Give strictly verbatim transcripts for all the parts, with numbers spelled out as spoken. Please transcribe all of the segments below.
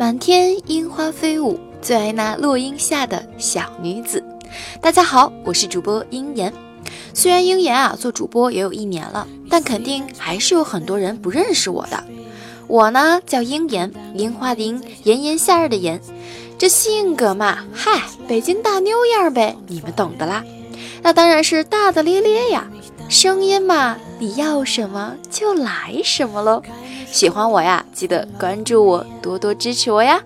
满天樱花飞舞，最爱那落英下的小女子。大家好，我是主播鹰妍。虽然鹰妍啊做主播也有一年了，但肯定还是有很多人不认识我的。我呢叫鹰妍，樱花的樱，炎炎夏日的炎。这性格嘛，嗨，北京大妞样呗，你们懂的啦。那当然是大大咧咧呀。声音嘛，你要什么就来什么咯。喜欢我呀，记得关注我，多多支持我呀。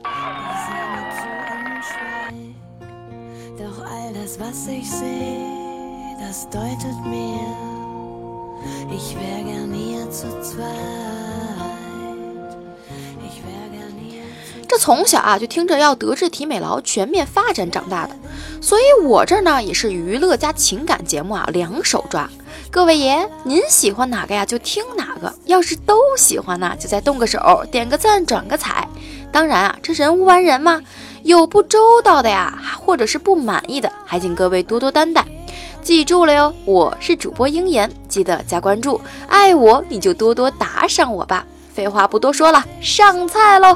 这从小啊就听着要德智体美劳全面发展长大的，所以我这儿呢也是娱乐加情感节目啊两手抓。各位爷，您喜欢哪个呀就听哪个，要是都喜欢呢就再动个手，点个赞，转个彩。当然啊，这人无完人嘛，有不周到的呀，或者是不满意的，还请各位多多担待。记住了哟，我是主播鹰妍，记得加关注，爱我你就多多打赏我吧。废话不多说了，上菜喽！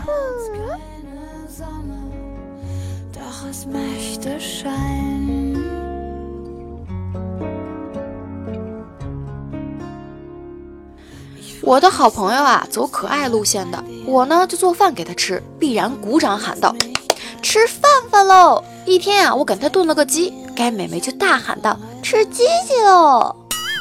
我的好朋友啊走可爱路线的，我呢就做饭给他吃，必然鼓掌喊道：吃饭饭喽！一天啊我给他炖了个鸡，该美眉就大喊道：吃鸡鸡喽！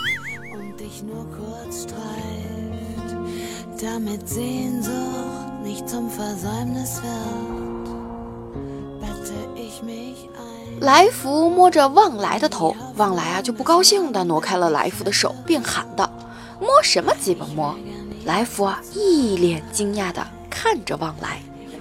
来福摸着旺来的头，旺来啊就不高兴的挪开了来福的手，便喊道：摸什么鸡巴摸？来福啊一脸惊讶的看着旺来。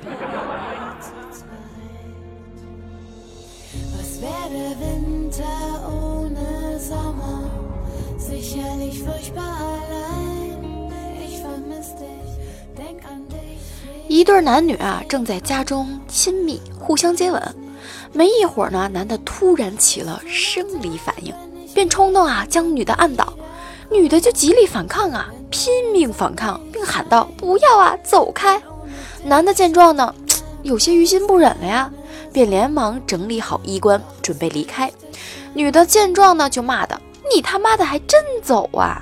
一对男女啊正在家中亲密互相接吻，没一会儿呢，男的突然起了生理反应，便冲动啊将女的按倒，女的就极力反抗啊，拼命反抗，并喊道：不要啊，走开！男的见状呢，有些于心不忍了呀，便连忙整理好衣冠，准备离开。女的见状呢，就骂道：你他妈的还真走啊！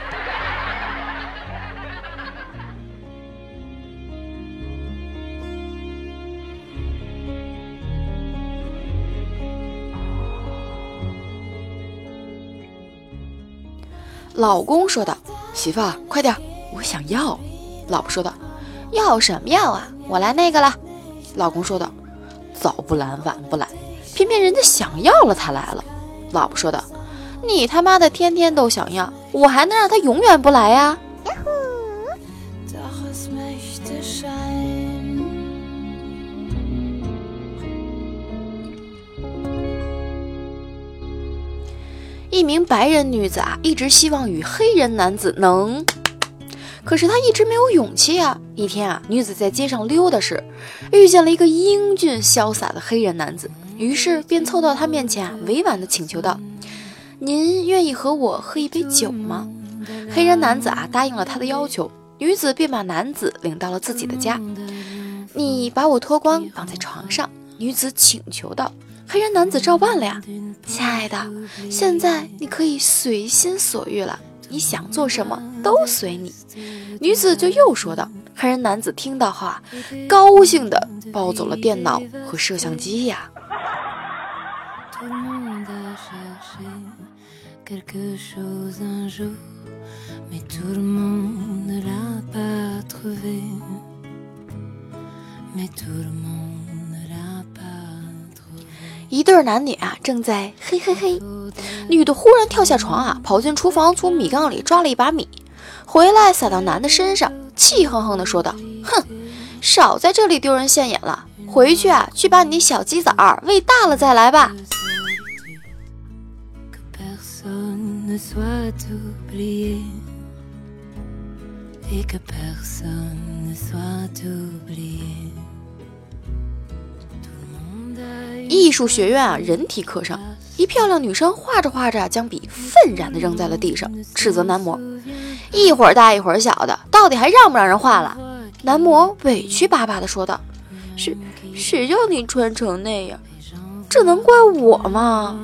老公说道：媳妇儿快点，我想要。老婆说道：要什么要啊，我来那个了。老公说道：早不来晚不来，偏偏人家想要了他来了。老婆说道：你他妈的天天都想要，我还能让他永远不来呀？一名白人女子啊，一直希望与黑人男子能，可是她一直没有勇气啊。一天啊，女子在街上溜达时，遇见了一个英俊潇洒的黑人男子，于是便凑到他面前啊，委婉地请求道：您愿意和我喝一杯酒吗？黑人男子啊答应了他的要求，女子便把男子领到了自己的家。你把我脱光绑在床上，女子请求道。黑人男子照办了呀。亲爱的，现在你可以随心所欲了，你想做什么都随你。女子就又说道。黑人男子听到后啊，高兴地抱走了电脑和摄像机呀。一对男女啊，正在嘿嘿嘿，女的忽然跳下床啊，跑进厨房，从米缸里抓了一把米，回来撒到男的身上，气哼哼地说道：哼，少在这里丢人现眼了，回去啊，去把你小鸡崽儿喂大了再来吧。艺术学院啊，人体课上，一漂亮女生画着画着，将笔愤然地扔在了地上，斥责男模：一会儿大一会儿小的，到底还让不让人画了？ 男模委屈巴巴地说道：谁谁叫你穿成那样，这能怪我吗？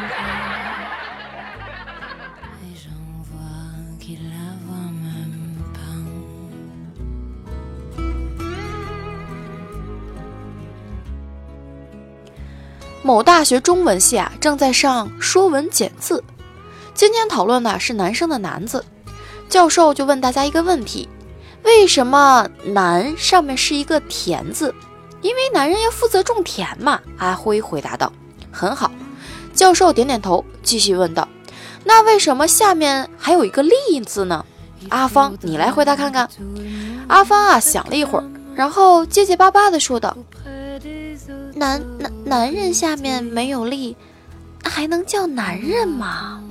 某大学中文系啊，正在上说文解字。今天讨论的是男生的男字，教授就问大家一个问题：为什么男上面是一个田字？因为男人要负责种田嘛。阿辉回答道：很好。教授点点头，继续问道：那为什么下面还有一个立字呢？阿芳，你来回答看看。阿芳啊，想了一会儿，然后结结巴巴地说道：男男男人下面没有力，还能叫男人吗？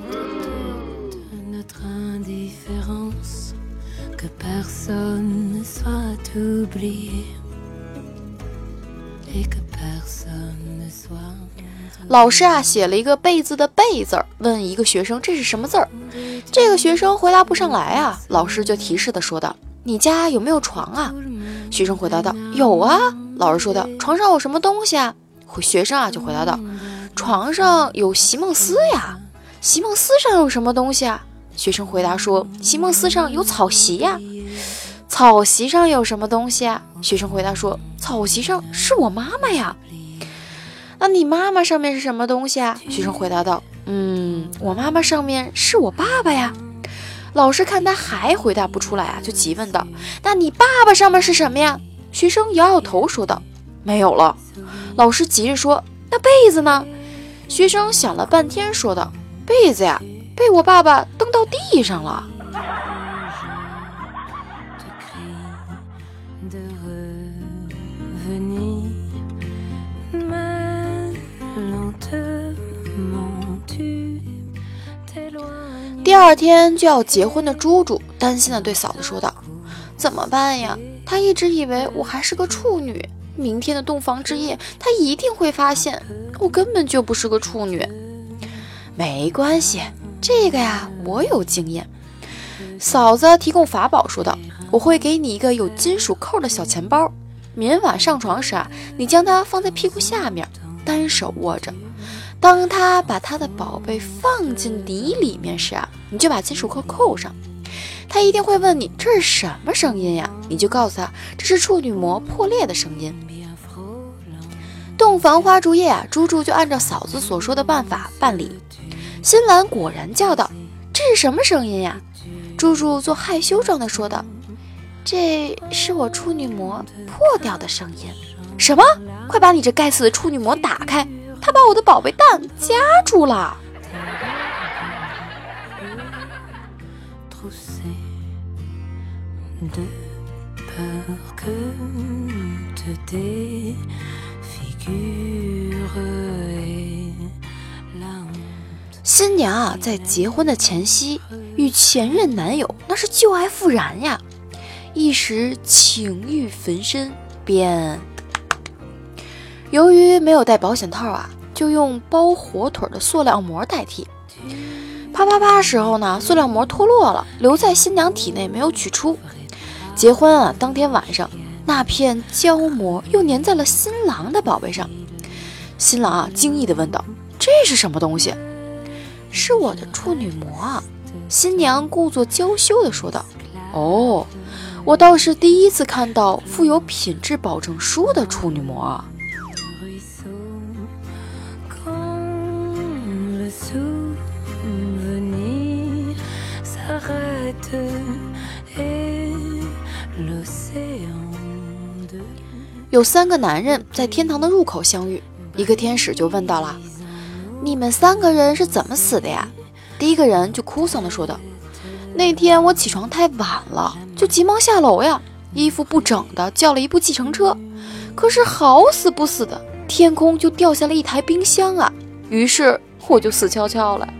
老师啊，写了一个贝字的贝字儿，问一个学生这是什么字儿。这个学生回答不上来啊，老师就提示的说道：你家有没有床啊？学生回答道：有啊。老师说道：床上有什么东西啊？学生啊就回答道：床上有席梦思呀。席梦思上有什么东西啊？学生回答说：席梦思上有草席呀。草席上有什么东西啊？学生回答说：草席上是我妈妈呀。那你妈妈上面是什么东西啊？学生回答道：嗯，我妈妈上面是我爸爸呀。老师看他还回答不出来啊，就急问道：那你爸爸上面是什么呀？学生摇摇头说道：没有了。老师急着说：那被子呢？学生想了半天说道：被子呀，被我爸爸蹬到地上了。第二天就要结婚的猪猪担心地对嫂子说道：怎么办呀？他一直以为我还是个处女，明天的洞房之夜他一定会发现我根本就不是个处女。没关系，这个呀我有经验。嫂子提供法宝说道：我会给你一个有金属扣的小钱包，明晚上床时啊，你将它放在屁股下面，单手握着。当他把他的宝贝放进你里面时啊，你就把金属扣扣上。他一定会问你这是什么声音呀？你就告诉他这是处女膜破裂的声音。洞房花烛夜啊，猪猪就按照嫂子所说的办法办理。新郎果然叫道：这是什么声音呀？猪猪做害羞状的说道：这是我处女膜破掉的声音。什么？快把你这该死的处女膜打开，他把我的宝贝蛋夹住了。新娘啊，在结婚的前夕与前任男友那是旧爱复燃呀，一时情欲焚身，便由于没有带保险套啊，就用包火腿的塑料膜代替。啪啪啪时候呢，塑料膜脱落了，留在新娘体内没有取出。结婚啊，当天晚上，那片胶膜又粘在了新郎的宝贝上。新郎啊，惊异地问道：这是什么东西？是我的处女膜啊。新娘故作娇羞地说道：哦，我倒是第一次看到附有品质保证书的处女膜啊。有三个男人在天堂的入口相遇，一个天使就问到了：你们三个人是怎么死的呀？第一个人就哭丧地说道：那天我起床太晚了，就急忙下楼呀，衣服不整的叫了一部计程车，可是好死不死的，天空就掉下了一台冰箱啊，于是我就死翘翘了。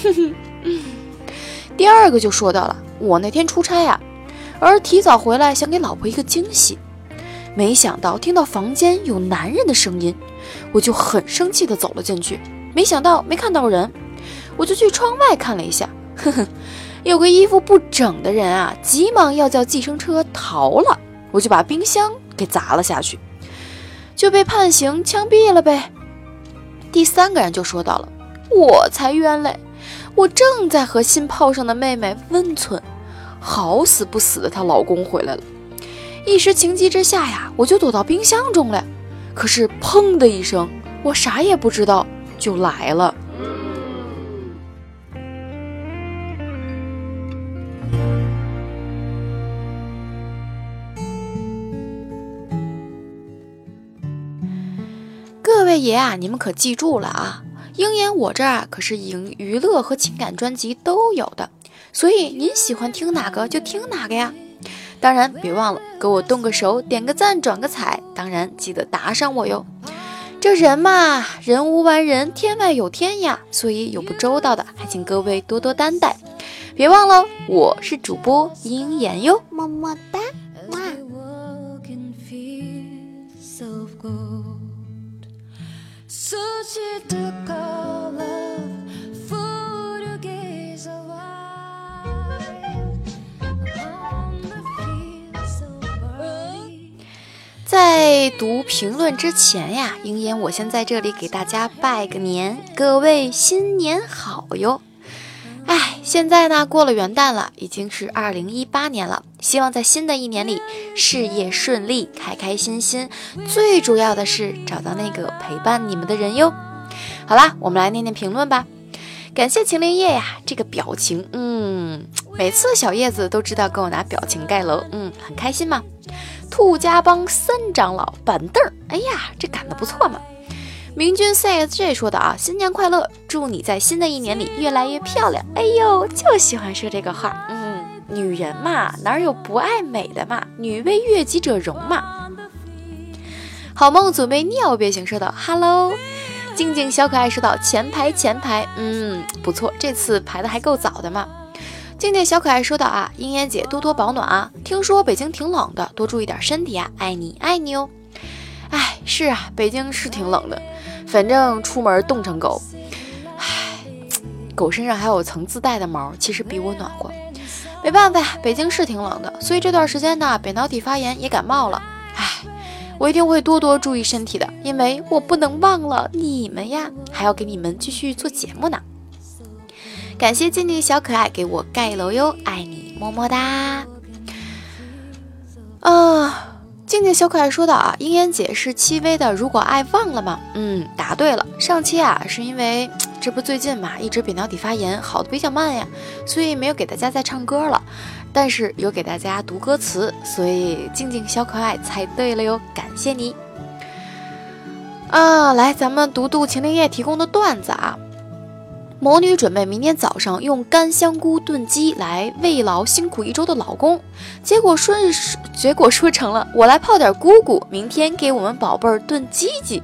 第二个就说到了：我那天出差呀，而提早回来想给老婆一个惊喜，没想到听到房间有男人的声音，我就很生气的走了进去，没想到没看到人，我就去窗外看了一下，呵呵，有个衣服不整的人啊，急忙要叫计程车逃了， 我就把冰箱给砸了下去，就被判刑枪毙了呗。第三个人就说到了，我才冤嘞，我正在和新泡上的妹妹温存，好死不死的她老公回来了，一时情急之下呀，我就躲到冰箱中了，可是砰的一声，我啥也不知道就来了。各位爷啊，你们可记住了啊，鹰眼我这儿啊可是影娱乐和情感专辑都有的，所以您喜欢听哪个就听哪个呀。当然别忘了给我动个手，点个赞，转个彩，当然记得打赏我哟。这人嘛，人无完人，天外有天呀，所以有不周到的还请各位多多担待。别忘了我是主播鹰眼哟，么么哒。So she took all of food to gaze a while on the fields so barley。 在读评论之前呀，鹰眼我先在这里给大家拜个年，各位新年好哟。哎，现在呢过了元旦了，已经是二零一八年了，希望在新的一年里事业顺利，开开心心，最主要的是找到那个陪伴你们的人哟。好啦，我们来念念评论吧。感谢秦灵叶呀，这个表情，嗯，每次小叶子都知道跟我拿表情盖楼，嗯，很开心嘛。兔家帮三长老板凳，哎呀，这赶得不错嘛。明君 C S J 说的啊，新年快乐，祝你在新的一年里越来越漂亮。哎呦，就喜欢说这个话，嗯，女人嘛，哪有不爱美的嘛，女为悦己者容嘛。好梦祖妹尿别行说道 Hello， 静静小可爱说道前排前排，嗯，不错，这次排的还够早的嘛。静静小可爱说道啊，鹰眼姐多多保暖啊，听说北京挺冷的，多注意点身体啊，爱你爱你哦。哎，是啊，北京是挺冷的，反正出门冻成狗。唉，狗身上还有层自带的毛，其实比我暖和。没办法，北京是挺冷的，所以这段时间呢，扁桃体发炎也感冒了。唉，我一定会多多注意身体的，因为我不能忘了你们呀，还要给你们继续做节目呢。感谢静静小可爱给我盖楼哟，爱你么么哒。啊。静静小可爱说道啊，鹰眼姐是戚薇的如果爱忘了吗？嗯，答对了。上期啊是因为这不最近嘛，一直扁桃体发炎，好的比较慢呀，所以没有给大家再唱歌了，但是有给大家读歌词，所以静静小可爱猜对了哟，感谢你啊！来，咱们读读秦灵叶提供的段子啊。某女准备明天早上用干香菇炖鸡来慰劳辛苦一周的老公，结果说结果说成了我来泡点姑姑，明天给我们宝贝儿炖鸡鸡。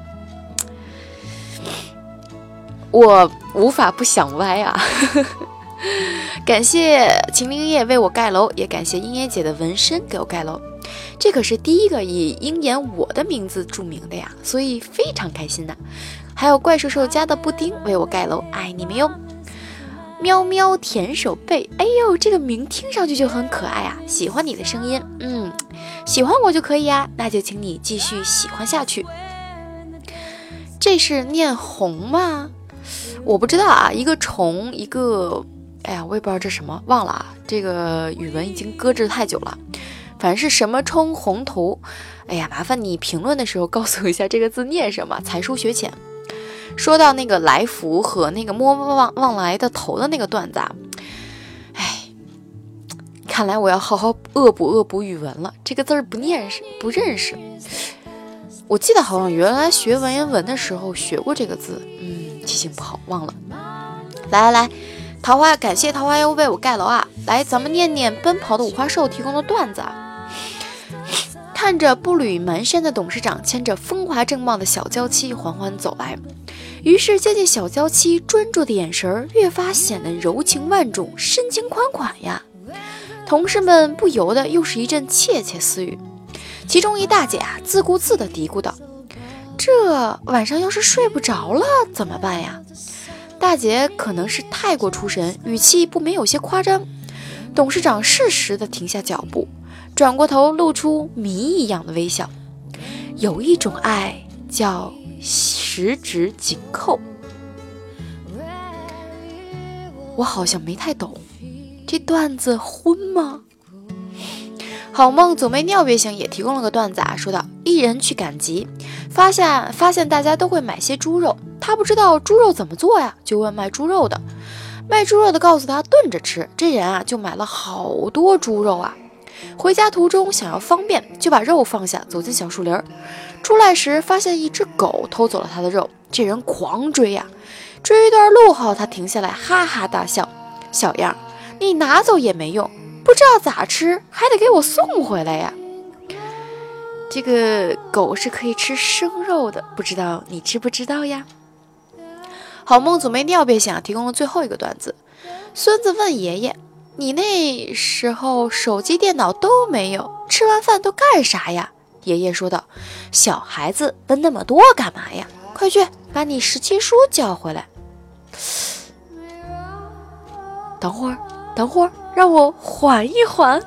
我无法不想歪啊！感谢秦灵叶为我盖楼，也感谢鹰眼姐的纹身给我盖楼。这可是第一个以鹰眼我的名字著名的呀，所以非常开心呐、啊。还有怪兽兽家的布丁为我盖楼，爱你们哟！喵喵舔手背，哎呦，这个名听上去就很可爱啊！喜欢你的声音，嗯，喜欢我就可以啊，那就请你继续喜欢下去。这是念红吗？我不知道啊，一个虫，一个，哎呀，我也不知道这什么，忘了啊，这个语文已经搁置太久了。反正是什么冲红头，哎呀，麻烦你评论的时候告诉我一下这个字念什么，才疏学浅。说到那个来福和那个摸望望来的头的那个段子啊，哎，看来我要好好恶补恶补语文了，这个字儿不念是不认识。我记得好像原来学文言文的时候学过这个字，嗯，记性不好忘了。来来来，桃花，感谢桃花又为我盖楼啊！来，咱们念念奔跑的五花兽提供的段子啊。看着步履蹒跚的董事长牵着风华正茂的小娇妻缓缓走来，于是接近小娇妻专注的眼神越发显得柔情万种，深情款款呀。同事们不由得又是一阵窃窃私语，其中一大姐啊自顾自地嘀咕道：“这晚上要是睡不着了怎么办呀？”大姐可能是太过出神，语气不免有些夸张。董事长适时地停下脚步， 转过头露出谜一样的微笑。有一种爱叫十指紧扣。我好像没太懂，这段子荤吗？好梦总没尿憋醒也提供了个段子啊，说道一人去赶集，发现发现大家都会买些猪肉，他不知道猪肉怎么做呀，就问卖猪肉的。卖猪肉的告诉他炖着吃，这人啊就买了好多猪肉啊。回家途中想要方便，就把肉放下，走进小树林儿。出来时发现一只狗偷走了他的肉，这人狂追呀、啊，追一段路后他停下来哈哈大笑，小样，你拿走也没用，不知道咋吃，还得给我送回来呀。这个狗是可以吃生肉的，不知道你知不知道呀？好梦总没尿憋醒提供了最后一个段子。孙子问爷爷，你那时候手机电脑都没有，吃完饭都干啥呀？爷爷说道，小孩子问那么多干嘛呀？快去把你十七叔叫回来。等会儿等会儿让我缓一缓。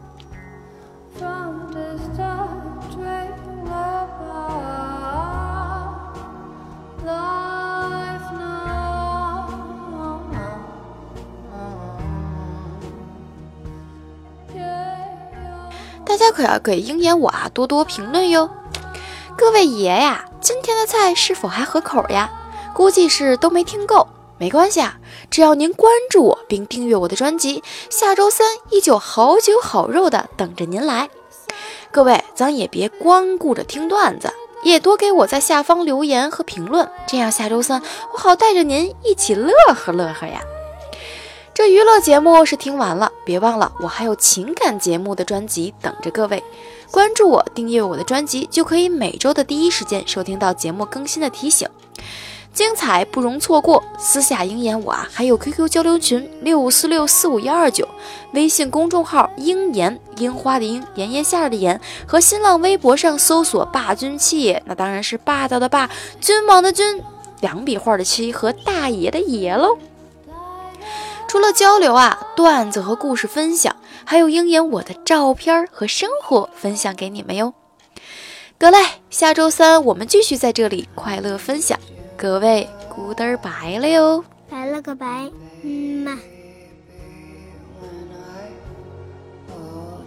大家可要给鹰眼我啊多多评论哟。各位爷呀，今天的菜是否还合口呀？估计是都没听够，没关系啊，只要您关注我并订阅我的专辑，下周三依旧好酒好肉的等着您来。各位咱也别光顾着听段子，也多给我在下方留言和评论，这样下周三我好带着您一起乐呵乐呵呀。这娱乐节目是听完了，别忘了我还有情感节目的专辑等着各位。关注我，订阅我的专辑，就可以每周的第一时间收听到节目更新的提醒，精彩不容错过。私下鹰眼我啊，还有 Q Q 交流群六五四六四五一二九，微信公众号鹰眼，樱花的樱，炎炎夏日的炎，和新浪微博上搜索霸君七爷，那当然是霸道的霸，君王的君，两笔画的七和大爷的爷喽。除了交流啊，段子和故事分享，还有鹰眼我的照片和生活分享给你们哟。得嘞，下周三我们继续在这里快乐分享。各位 goodbye 了哟， 拜了个拜，嗯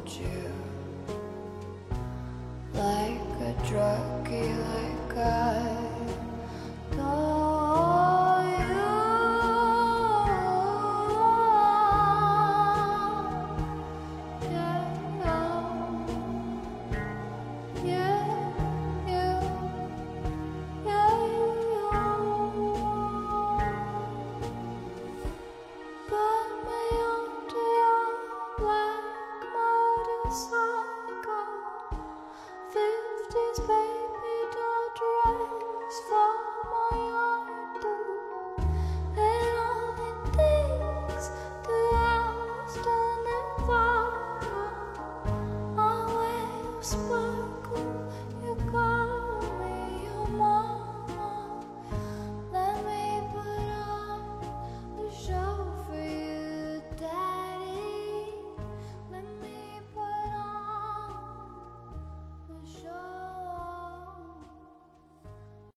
嘛。Like a druggie, like I